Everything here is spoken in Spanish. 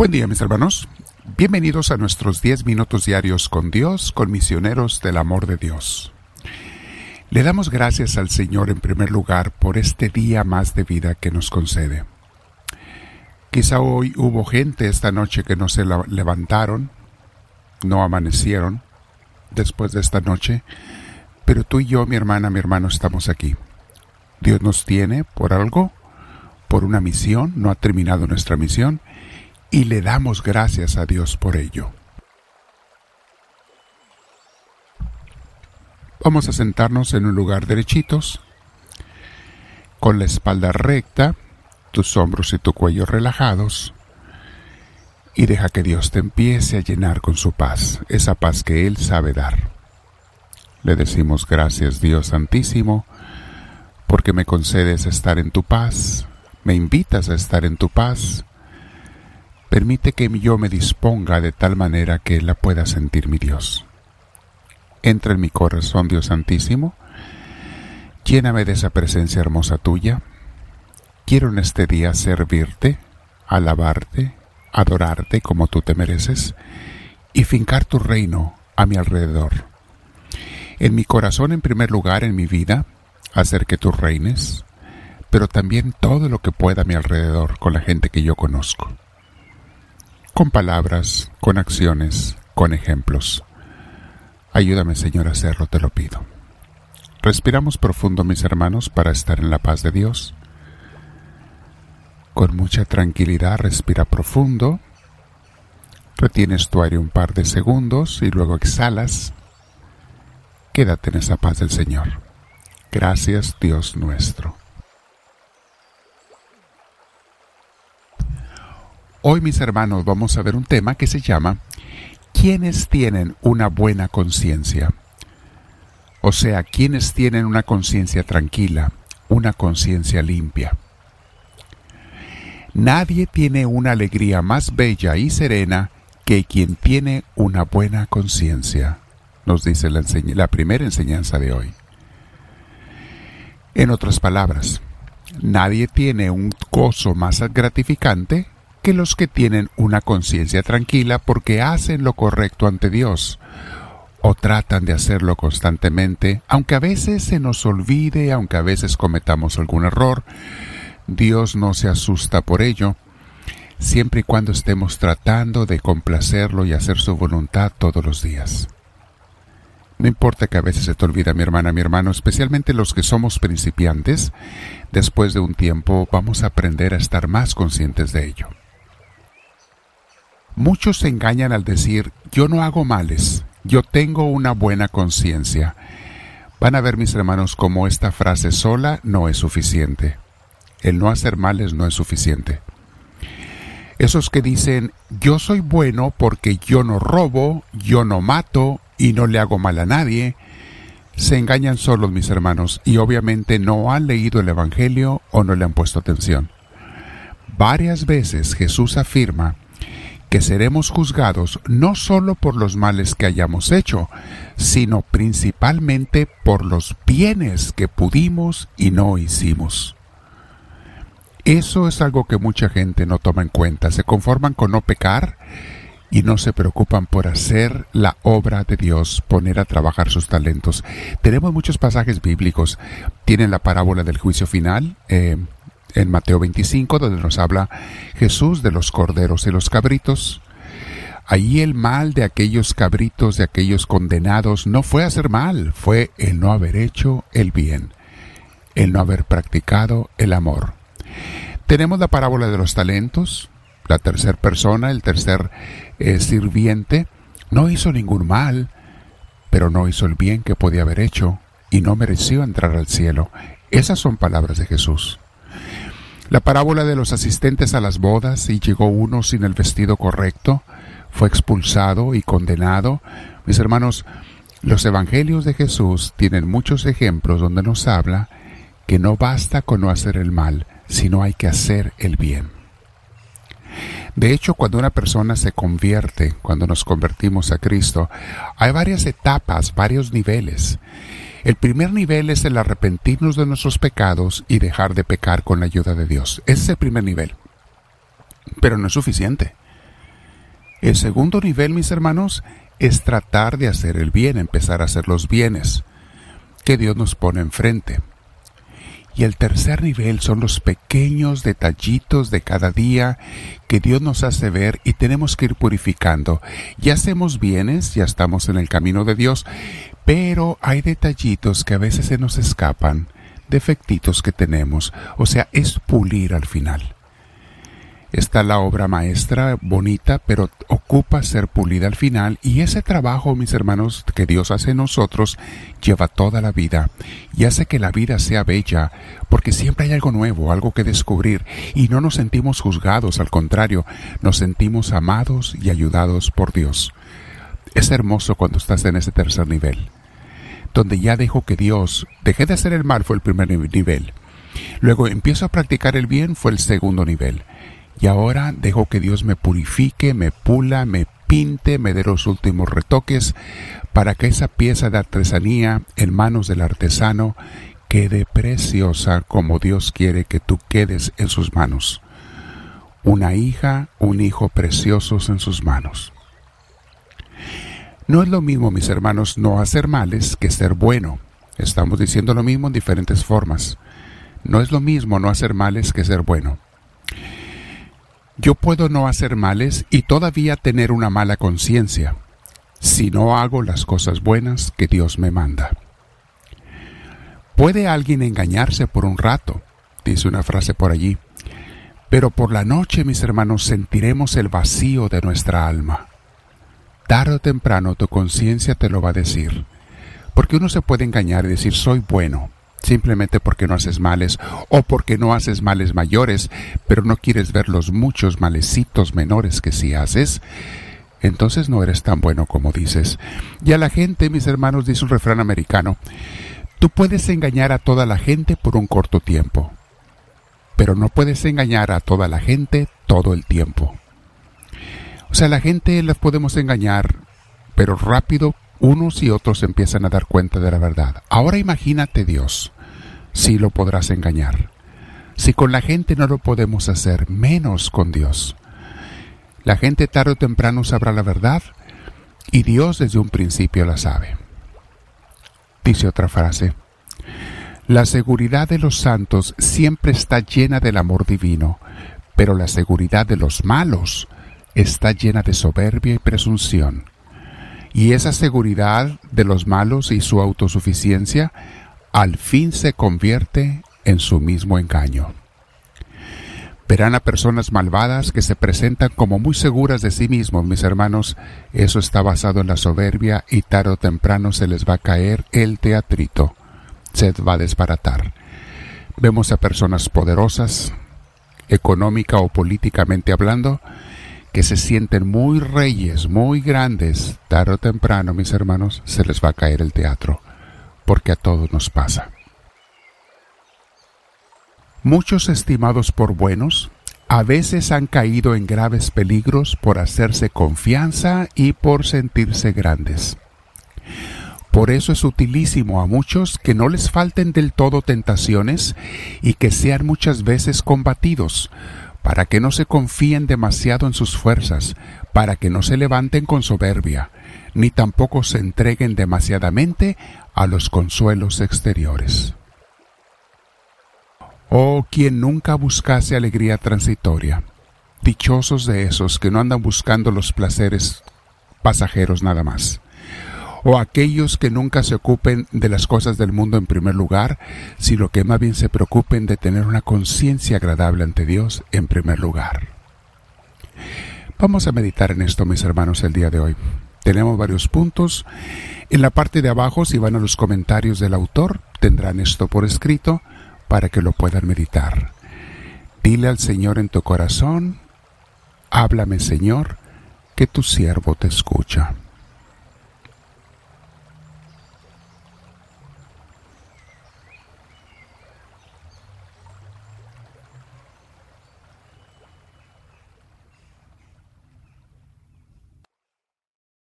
Buen día, mis hermanos. Bienvenidos a nuestros 10 minutos diarios con Dios, con misioneros del amor de Dios. Le damos gracias al Señor en primer lugar por este día más de vida que nos concede. Quizá hoy hubo gente esta noche que no se levantaron, no amanecieron después de esta noche, pero tú y yo, mi hermana, mi hermano, estamos aquí. Dios nos tiene por algo, por una misión, no ha terminado nuestra misión, y le damos gracias a Dios por ello. Vamos a sentarnos en un lugar derechitos, con la espalda recta, tus hombros y tu cuello relajados, y deja que Dios te empiece a llenar con su paz, esa paz que Él sabe dar. Le decimos gracias, Dios Santísimo, porque me concedes estar en tu paz, me invitas a estar en tu paz. Permite que yo me disponga de tal manera que la pueda sentir mi Dios. Entra en mi corazón, Dios Santísimo. Lléname de esa presencia hermosa tuya. Quiero en este día servirte, alabarte, adorarte como tú te mereces y fincar tu reino a mi alrededor. En mi corazón, en primer lugar, en mi vida, hacer que tú reines, pero también todo lo que pueda a mi alrededor con la gente que yo conozco. Con palabras, con acciones, con ejemplos. Ayúdame, Señor, a hacerlo, te lo pido. Respiramos profundo, mis hermanos, para estar en la paz de Dios. Con mucha tranquilidad, respira profundo. Retienes tu aire un par de segundos y luego exhalas. Quédate en esa paz del Señor. Gracias, Dios nuestro. Hoy, mis hermanos, vamos a ver un tema que se llama ¿quiénes tienen una buena conciencia? O sea, ¿quiénes tienen una conciencia tranquila, una conciencia limpia? Nadie tiene una alegría más bella y serena que quien tiene una buena conciencia, nos dice la primera enseñanza de hoy. En otras palabras, nadie tiene un gozo más gratificante que los que tienen una conciencia tranquila porque hacen lo correcto ante Dios o tratan de hacerlo constantemente, aunque a veces se nos olvide, aunque a veces cometamos algún error. Dios no se asusta por ello, siempre y cuando estemos tratando de complacerlo y hacer su voluntad todos los días. No importa que a veces se te olvida, mi hermana, mi hermano, especialmente los que somos principiantes, después de un tiempo vamos a aprender a estar más conscientes de ello. Muchos se engañan al decir, yo no hago males, yo tengo una buena conciencia. Van a ver, mis hermanos, cómo esta frase sola no es suficiente. El no hacer males no es suficiente. Esos que dicen, yo soy bueno porque yo no robo, yo no mato y no le hago mal a nadie, se engañan solos, mis hermanos, y obviamente no han leído el Evangelio o no le han puesto atención. Varias veces Jesús afirma que seremos juzgados no solo por los males que hayamos hecho, sino principalmente por los bienes que pudimos y no hicimos. Eso es algo que mucha gente no toma en cuenta. Se conforman con no pecar y no se preocupan por hacer la obra de Dios, poner a trabajar sus talentos. Tenemos muchos pasajes bíblicos. Tienen la parábola del juicio final, en Mateo 25, donde nos habla Jesús de los corderos y los cabritos. Allí el mal de aquellos cabritos, de aquellos condenados, no fue hacer mal, fue el no haber hecho el bien, el no haber practicado el amor. Tenemos la parábola de los talentos. La tercera persona, el tercer sirviente, no hizo ningún mal, pero no hizo el bien que podía haber hecho y no mereció entrar al cielo. Esas son palabras de Jesús. La parábola de los asistentes a las bodas, y llegó uno sin el vestido correcto, fue expulsado y condenado. Mis hermanos, los evangelios de Jesús tienen muchos ejemplos donde nos habla que no basta con no hacer el mal, sino hay que hacer el bien. De hecho, cuando una persona se convierte, cuando nos convertimos a Cristo, hay varias etapas, varios niveles. El primer nivel es el arrepentirnos de nuestros pecados y dejar de pecar con la ayuda de Dios. Ese es el primer nivel. Pero no es suficiente. El segundo nivel, mis hermanos, es tratar de hacer el bien, empezar a hacer los bienes que Dios nos pone enfrente. Y el tercer nivel son los pequeños detallitos de cada día que Dios nos hace ver y tenemos que ir purificando. Ya hacemos bienes, ya estamos en el camino de Dios, pero hay detallitos que a veces se nos escapan, defectitos que tenemos. O sea, es pulir al final. Está la obra maestra, bonita, pero ocupa ser pulida al final. Y ese trabajo, mis hermanos, que Dios hace en nosotros, lleva toda la vida. Y hace que la vida sea bella, porque siempre hay algo nuevo, algo que descubrir. Y no nos sentimos juzgados, al contrario, nos sentimos amados y ayudados por Dios. Es hermoso cuando estás en ese tercer nivel, donde ya dejo que Dios, dejé de hacer el mal, fue el primer nivel. Luego empiezo a practicar el bien, fue el segundo nivel. Y ahora dejo que Dios me purifique, me pula, me pinte, me dé los últimos retoques para que esa pieza de artesanía en manos del artesano quede preciosa como Dios quiere que tú quedes en sus manos. Una hija, un hijo preciosos en sus manos. No es lo mismo, mis hermanos, no hacer males que ser bueno. Estamos diciendo lo mismo en diferentes formas. No es lo mismo no hacer males que ser bueno. Yo puedo no hacer males y todavía tener una mala conciencia si no hago las cosas buenas que Dios me manda. Puede alguien engañarse por un rato, dice una frase por allí, pero por la noche, mis hermanos, sentiremos el vacío de nuestra alma. Tarde o temprano tu conciencia te lo va a decir, porque uno se puede engañar y decir soy bueno, simplemente porque no haces males o porque no haces males mayores, pero no quieres ver los muchos malecitos menores que sí haces, entonces no eres tan bueno como dices. Y a la gente, mis hermanos, dice un refrán americano, tú puedes engañar a toda la gente por un corto tiempo, pero no puedes engañar a toda la gente todo el tiempo. O sea, la gente las podemos engañar, pero rápido unos y otros empiezan a dar cuenta de la verdad. Ahora imagínate Dios, si lo podrás engañar. Si con la gente no lo podemos hacer, menos con Dios. La gente tarde o temprano sabrá la verdad y Dios desde un principio la sabe. Dice otra frase, la seguridad de los santos siempre está llena del amor divino, pero la seguridad de los malos está llena de soberbia y presunción. Y esa seguridad de los malos y su autosuficiencia al fin se convierte en su mismo engaño. Verán a personas malvadas que se presentan como muy seguras de sí mismos, mis hermanos. Eso está basado en la soberbia y tarde o temprano se les va a caer el teatrito. Se va a desbaratar. Vemos a personas poderosas, económica o políticamente hablando, que se sienten muy reyes, muy grandes, tarde o temprano, mis hermanos, se les va a caer el teatro, porque a todos nos pasa. Muchos estimados por buenos, a veces han caído en graves peligros por hacerse confianza y por sentirse grandes. Por eso es utilísimo a muchos que no les falten del todo tentaciones y que sean muchas veces combatidos, para que no se confíen demasiado en sus fuerzas, para que no se levanten con soberbia, ni tampoco se entreguen demasiadamente a los consuelos exteriores. Oh, quien nunca buscase alegría transitoria. Dichosos de esos que no andan buscando los placeres pasajeros nada más. O aquellos que nunca se ocupen de las cosas del mundo en primer lugar, sino que más bien se preocupen de tener una conciencia agradable ante Dios en primer lugar. Vamos a meditar en esto, mis hermanos, el día de hoy. Tenemos varios puntos. En la parte de abajo, si van a los comentarios del autor, tendrán esto por escrito para que lo puedan meditar. Dile al Señor en tu corazón, háblame, Señor, que tu siervo te escucha.